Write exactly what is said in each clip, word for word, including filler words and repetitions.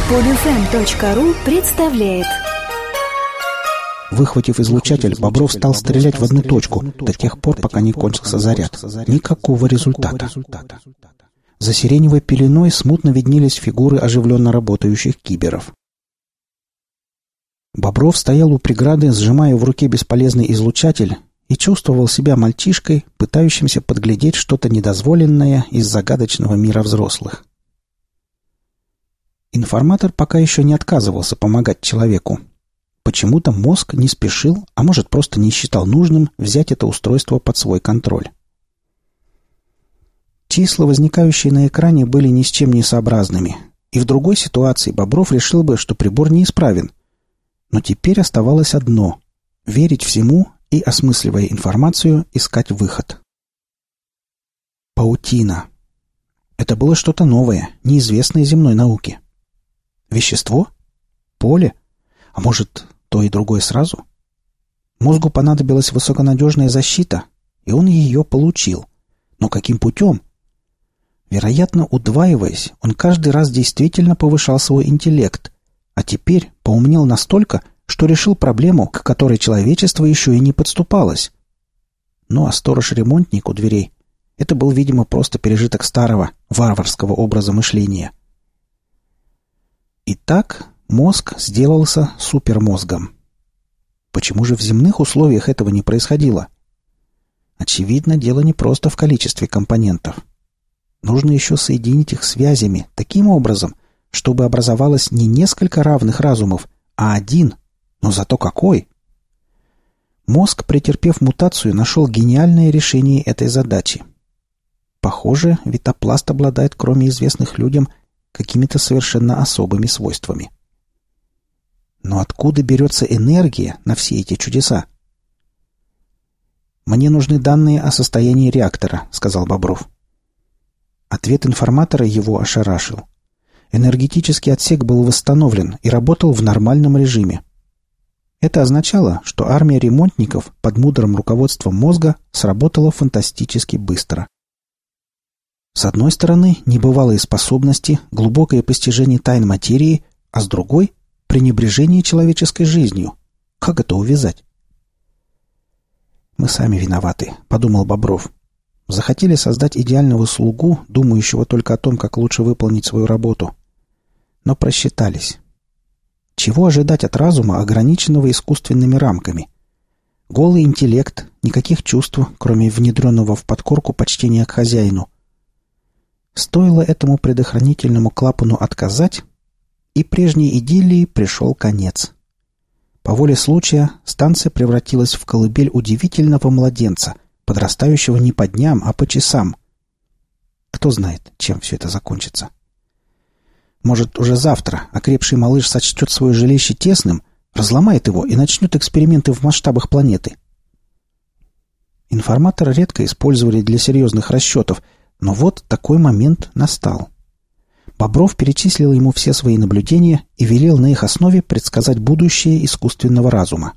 Подфм точка ру представляет. Выхватив излучатель, Бобров стал стрелять в одну точку до тех пор, пока не кончился заряд. Никакого результата. За сиреневой пеленой смутно виднелись фигуры оживленно работающих киберов. Бобров стоял у преграды, сжимая в руке бесполезный излучатель, и чувствовал себя мальчишкой, пытающимся подглядеть что-то недозволенное из загадочного мира взрослых. Информатор пока еще не отказывался помогать человеку. Почему-то мозг не спешил, а может, просто не считал нужным взять это устройство под свой контроль. Числа, возникающие на экране, были ни с чем не сообразными, и в другой ситуации Бобров решил бы, что прибор неисправен. Но теперь оставалось одно — верить всему и, осмысливая информацию, искать выход. Паутина. Это было что-то новое, неизвестное земной науке. Вещество? Поле? А может, то и другое сразу? Мозгу понадобилась высоконадежная защита, и он ее получил. Но каким путем? Вероятно, удваиваясь, он каждый раз действительно повышал свой интеллект, а теперь поумнел настолько, что решил проблему, к которой человечество еще и не подступалось. Ну а сторож-ремонтник у дверей — это был, видимо, просто пережиток старого, варварского образа мышления. Итак, мозг сделался супермозгом. Почему же в земных условиях этого не происходило? Очевидно, дело не просто в количестве компонентов. Нужно еще соединить их связями таким образом, чтобы образовалось не несколько равных разумов, а один, но зато какой! Мозг, претерпев мутацию, нашел гениальное решение этой задачи. Похоже, витопласт обладает, кроме известных людям, какими-то совершенно особыми свойствами. Но откуда берется энергия на все эти чудеса? «Мне нужны данные о состоянии реактора», — сказал Бобров. Ответ информатора его ошарашил. Энергетический отсек был восстановлен и работал в нормальном режиме. Это означало, что армия ремонтников под мудрым руководством мозга сработала фантастически быстро. С одной стороны, небывалые способности, глубокое постижение тайн материи, а с другой — пренебрежение человеческой жизнью. Как это увязать? «Мы сами виноваты», — подумал Бобров. «Захотели создать идеального слугу, думающего только о том, как лучше выполнить свою работу. Но просчитались. Чего ожидать от разума, ограниченного искусственными рамками? Голый интеллект, никаких чувств, кроме внедренного в подкорку почтения к хозяину. Стоило этому предохранительному клапану отказать, и прежней идиллии пришел конец. По воле случая станция превратилась в колыбель удивительного младенца, подрастающего не по дням, а по часам. Кто знает, чем все это закончится. Может, уже завтра окрепший малыш сочтет свое жилище тесным, разломает его и начнет эксперименты в масштабах планеты. Информатора редко использовали для серьезных расчетов, но вот такой момент настал. Бобров перечислил ему все свои наблюдения и велел на их основе предсказать будущее искусственного разума.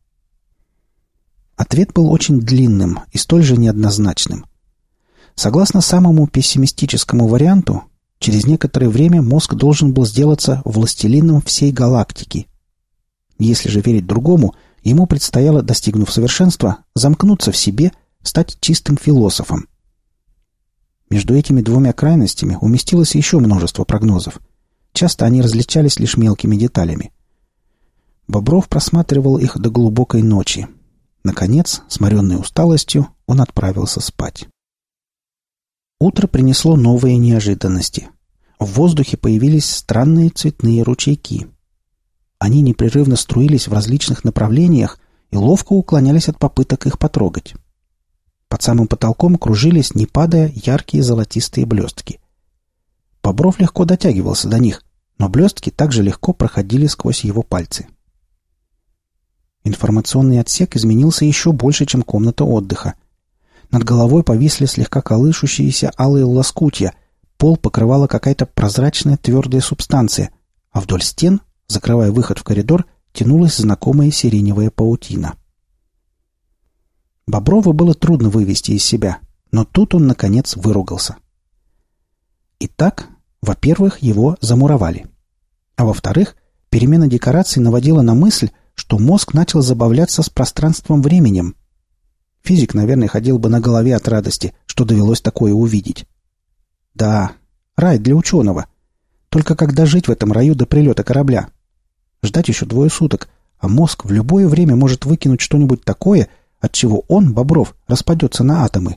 Ответ был очень длинным и столь же неоднозначным. Согласно самому пессимистическому варианту, через некоторое время мозг должен был сделаться властелином всей галактики. Если же верить другому, ему предстояло, достигнув совершенства, замкнуться в себе, стать чистым философом. Между этими двумя крайностями уместилось еще множество прогнозов. Часто они различались лишь мелкими деталями. Бобров просматривал их до глубокой ночи. Наконец, сморенный усталостью, он отправился спать. Утро принесло новые неожиданности. В воздухе появились странные цветные ручейки. Они непрерывно струились в различных направлениях и ловко уклонялись от попыток их потрогать. Под самым потолком кружились, не падая, яркие золотистые блестки. Бобров легко дотягивался до них, но блестки также легко проходили сквозь его пальцы. Информационный отсек изменился еще больше, чем комната отдыха. Над головой повисли слегка колышущиеся алые лоскутья, пол покрывала какая-то прозрачная твердая субстанция, а вдоль стен, закрывая выход в коридор, тянулась знакомая сиреневая паутина. Боброва было трудно вывести из себя, но тут он, наконец, выругался. Итак, во-первых, его замуровали. А во-вторых, перемена декораций наводила на мысль, что мозг начал забавляться с пространством-временем. Физик, наверное, ходил бы на голове от радости, что довелось такое увидеть. Да, рай для ученого. Только когда жить в этом раю до прилета корабля? Ждать еще двое суток, а мозг в любое время может выкинуть что-нибудь такое, от чего он, Бобров, распадется на атомы.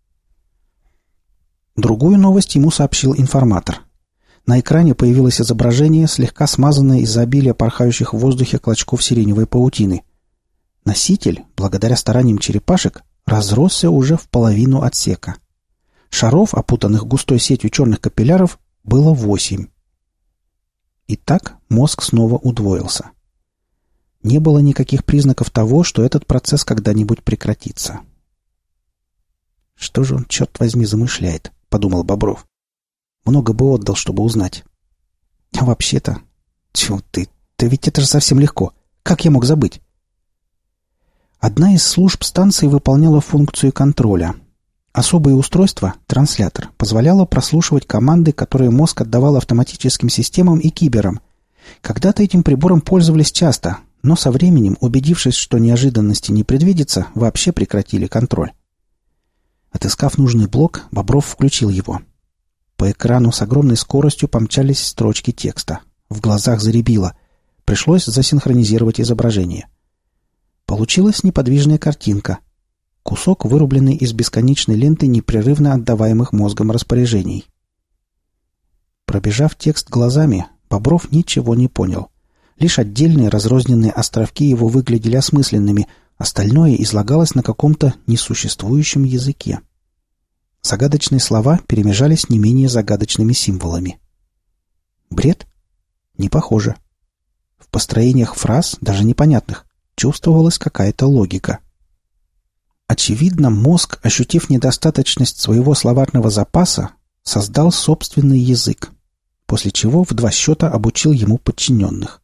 Другую новость ему сообщил информатор. На экране появилось изображение, слегка смазанное из-за обилия порхающих в воздухе клочков сиреневой паутины. Носитель, благодаря стараниям черепашек, разросся уже в половину отсека. Шаров, опутанных густой сетью черных капилляров, было восемь. Итак, мозг снова удвоился. Не было никаких признаков того, что этот процесс когда-нибудь прекратится. «Что же он, черт возьми, замышляет?» — подумал Бобров. «Много бы отдал, чтобы узнать. А вообще-то... Тьфу ты, да ведь это же совсем легко. Как я мог забыть?» Одна из служб станции выполняла функцию контроля. Особое устройство, транслятор, позволяло прослушивать команды, которые мозг отдавал автоматическим системам и киберам. Когда-то этим прибором пользовались часто, но со временем, убедившись, что неожиданности не предвидится, вообще прекратили контроль. Отыскав нужный блок, Бобров включил его. По экрану с огромной скоростью помчались строчки текста. В глазах зарябило. Пришлось засинхронизировать изображение. Получилась неподвижная картинка. Кусок, вырубленный из бесконечной ленты непрерывно отдаваемых мозгом распоряжений. Пробежав текст глазами, Бобров ничего не понял. Лишь отдельные разрозненные островки его выглядели осмысленными, остальное излагалось на каком-то несуществующем языке. Загадочные слова перемежались не менее загадочными символами. Бред? Не похоже. В построениях фраз, даже непонятных, чувствовалась какая-то логика. Очевидно, мозг, ощутив недостаточность своего словарного запаса, создал собственный язык, после чего в два счета обучил ему подчиненных.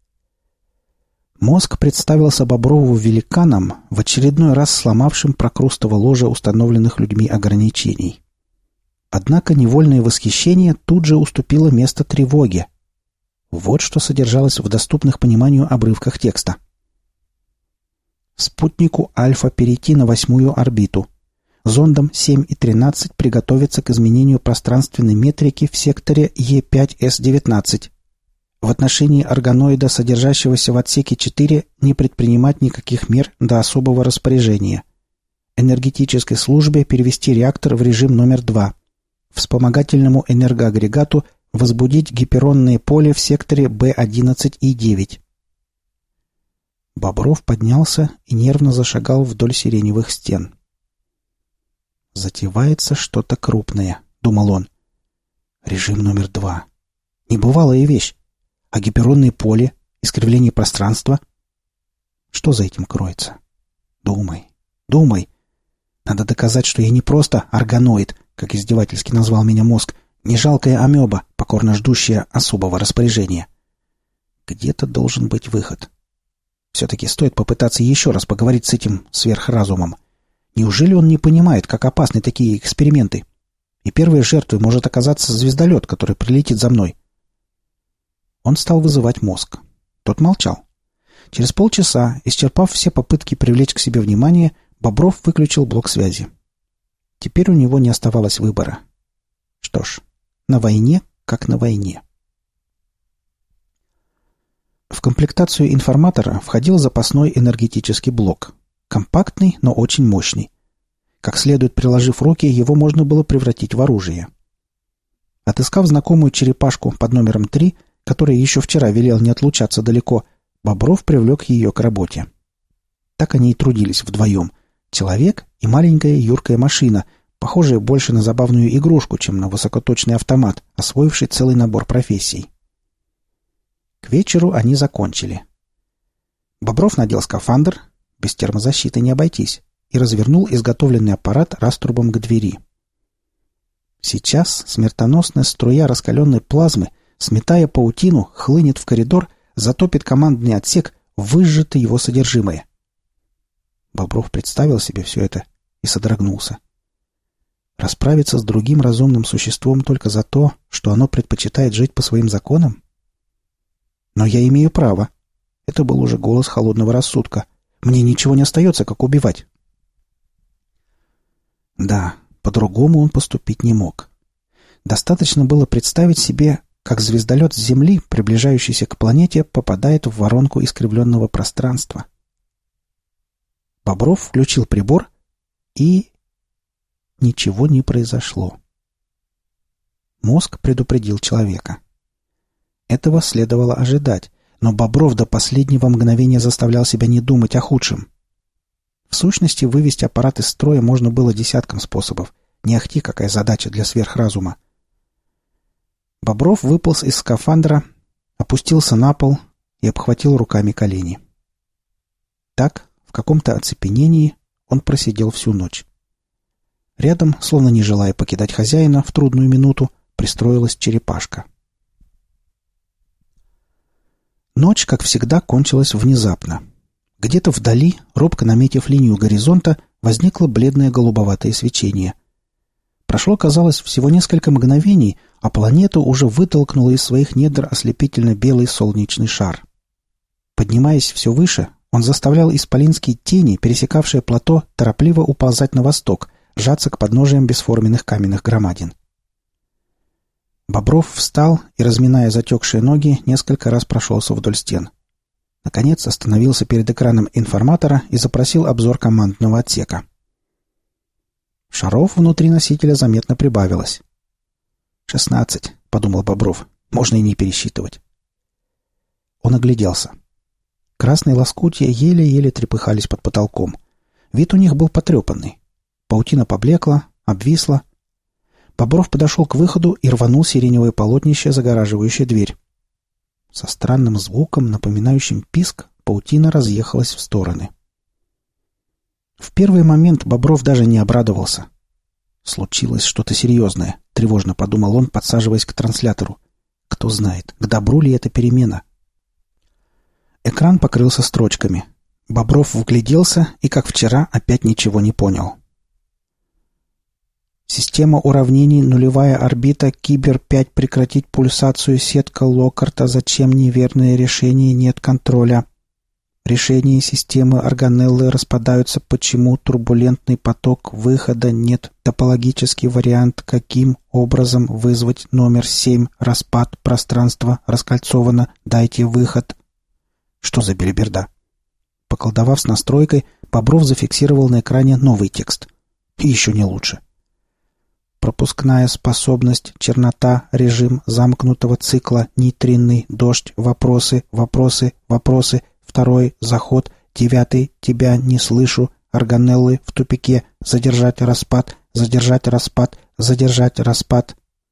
Мозг представился Боброву великаном, в очередной раз сломавшим прокрустово ложе установленных людьми ограничений. Однако невольное восхищение тут же уступило место тревоге. Вот что содержалось в доступных пониманию обрывках текста. Спутнику Альфа перейти на восьмую орбиту. Зондам семь и тринадцать приготовиться к изменению пространственной метрики в секторе Е пять С девятнадцать. В отношении органоида, содержащегося в отсеке четыре, не предпринимать никаких мер до особого распоряжения. Энергетической службе перевести реактор в режим номер два. Вспомогательному энергоагрегату возбудить гиперонное поле в секторе Б одиннадцать И девять. Бобров поднялся и нервно зашагал вдоль сиреневых стен. «Затевается что-то крупное», — думал он. «Режим номер два. Небывалая вещь. А гиперонное поле, искривление пространства? Что за этим кроется? Думай, думай. Надо доказать, что я не просто органоид, как издевательски назвал меня мозг, не жалкая амеба, покорно ждущая особого распоряжения. Где-то должен быть выход. Все-таки стоит попытаться еще раз поговорить с этим сверхразумом. Неужели он не понимает, как опасны такие эксперименты? И первой жертвой может оказаться звездолет, который прилетит за мной. Он стал вызывать мозг. Тот молчал. Через полчаса, исчерпав все попытки привлечь к себе внимание, Бобров выключил блок связи. Теперь у него не оставалось выбора. Что ж, на войне как на войне. В комплектацию информатора входил запасной энергетический блок. Компактный, но очень мощный. Как следует приложив руки, его можно было превратить в оружие. Отыскав знакомую черепашку под номером три, которая еще вчера велел не отлучаться далеко, Бобров привлек ее к работе. Так они и трудились вдвоем. Человек и маленькая юркая машина, похожая больше на забавную игрушку, чем на высокоточный автомат, освоивший целый набор профессий. К вечеру они закончили. Бобров надел скафандр, без термозащиты не обойтись, и развернул изготовленный аппарат раструбом к двери. Сейчас смертоносная струя раскаленной плазмы, сметая паутину, хлынет в коридор, затопит командный отсек, выжжет его содержимое. Бобров представил себе все это и содрогнулся. Расправиться с другим разумным существом только за то, что оно предпочитает жить по своим законам? «Но я имею право». Это был уже голос холодного рассудка. «Мне ничего не остается, как убивать». Да, по-другому он поступить не мог. Достаточно было представить себе, как звездолет с Земли, приближающийся к планете, попадает в воронку искривленного пространства. Бобров включил прибор, и ничего не произошло. Мозг предупредил человека. Этого следовало ожидать, но Бобров до последнего мгновения заставлял себя не думать о худшем. В сущности, вывести аппарат из строя можно было десятком способов. Не ахти какая задача для сверхразума. Бобров выполз из скафандра, опустился на пол и обхватил руками колени. Так, в каком-то оцепенении, он просидел всю ночь. Рядом, словно не желая покидать хозяина в трудную минуту, пристроилась черепашка. Ночь, как всегда, кончилась внезапно. Где-то вдали, робко наметив линию горизонта, возникло бледное голубоватое свечение. Прошло, казалось, всего несколько мгновений, а планету уже вытолкнуло из своих недр ослепительно белый солнечный шар. Поднимаясь все выше, он заставлял исполинские тени, пересекавшие плато, торопливо уползать на восток, сжаться к подножиям бесформенных каменных громадин. Бобров встал и, разминая затекшие ноги, несколько раз прошелся вдоль стен. Наконец остановился перед экраном информатора и запросил обзор командного отсека. Шаров внутри носителя заметно прибавилось. «Шестнадцать», — подумал Бобров, — «можно и не пересчитывать». Он огляделся. Красные лоскутья еле-еле трепыхались под потолком. Вид у них был потрепанный. Паутина поблекла, обвисла. Бобров подошел к выходу и рванул сиреневое полотнище, загораживающее дверь. Со странным звуком, напоминающим писк, паутина разъехалась в стороны. В первый момент Бобров даже не обрадовался. Случилось что-то серьезное, тревожно подумал он, подсаживаясь к транслятору. Кто знает, к добру ли эта перемена? Экран покрылся строчками. Бобров вгляделся и, как вчера, опять ничего не понял. Система уравнений нулевая орбита Кибер пять прекратить пульсацию сетка Локкарта. Зачем неверное решение? Нет контроля. Решения системы органеллы распадаются. Почему турбулентный поток выхода? Нет. Топологический вариант. Каким образом вызвать номер семь? Распад пространства раскольцовано. Дайте выход. Что за белиберда? Поколдовав с настройкой, Бобров зафиксировал на экране новый текст. И еще не лучше. Пропускная способность, чернота, режим замкнутого цикла, нейтринный, дождь, вопросы, вопросы, вопросы, второй, заход, девятый, тебя не слышу, органеллы в тупике, задержать распад, задержать распад, задержать распад.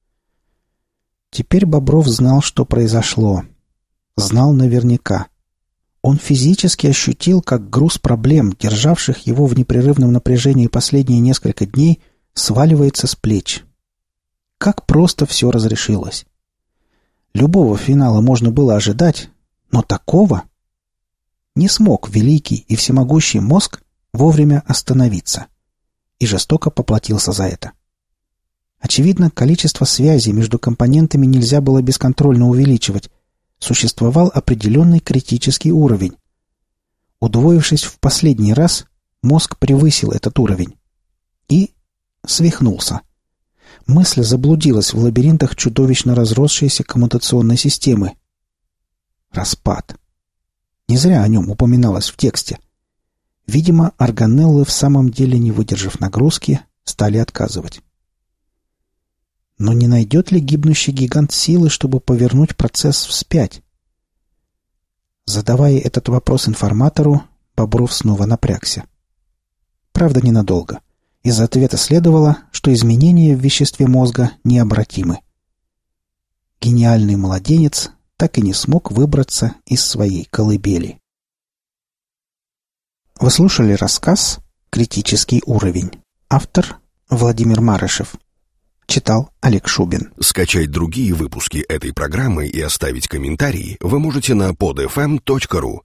Теперь Бобров знал, что произошло. Знал наверняка. Он физически ощутил, как груз проблем, державших его в непрерывном напряжении последние несколько дней, сваливается с плеч. Как просто все разрешилось. Любого финала можно было ожидать, но такого не смог великий и всемогущий мозг вовремя остановиться и жестоко поплатился за это. Очевидно, количество связей между компонентами нельзя было бесконтрольно увеличивать. Существовал определенный критический уровень. Удвоившись в последний раз, мозг превысил этот уровень и свихнулся. Мысль заблудилась в лабиринтах чудовищно разросшейся коммутационной системы. Распад. Не зря о нем упоминалось в тексте. Видимо, органеллы, в самом деле не выдержав нагрузки, стали отказывать. Но не найдет ли гибнущий гигант силы, чтобы повернуть процесс вспять? Задавая этот вопрос информатору, Бобров снова напрягся. Правда, ненадолго. Из ответа следовало, что изменения в веществе мозга необратимы. Гениальный младенец так и не смог выбраться из своей колыбели. Вы слушали рассказ «Критический уровень». Автор Владимир Марышев. Читал Олег Шубин. Скачать другие выпуски этой программы и оставить комментарии вы можете на под эф эм точка ру.